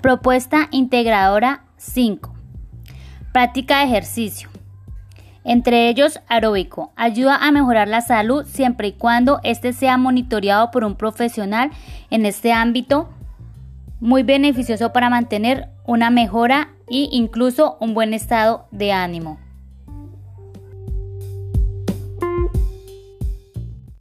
Propuesta integradora 5. Práctica de ejercicio. Entre ellos, aeróbico. Ayuda a mejorar la salud siempre y cuando éste sea monitoreado por un profesional en este ámbito, muy beneficioso para mantener una mejora e incluso un buen estado de ánimo.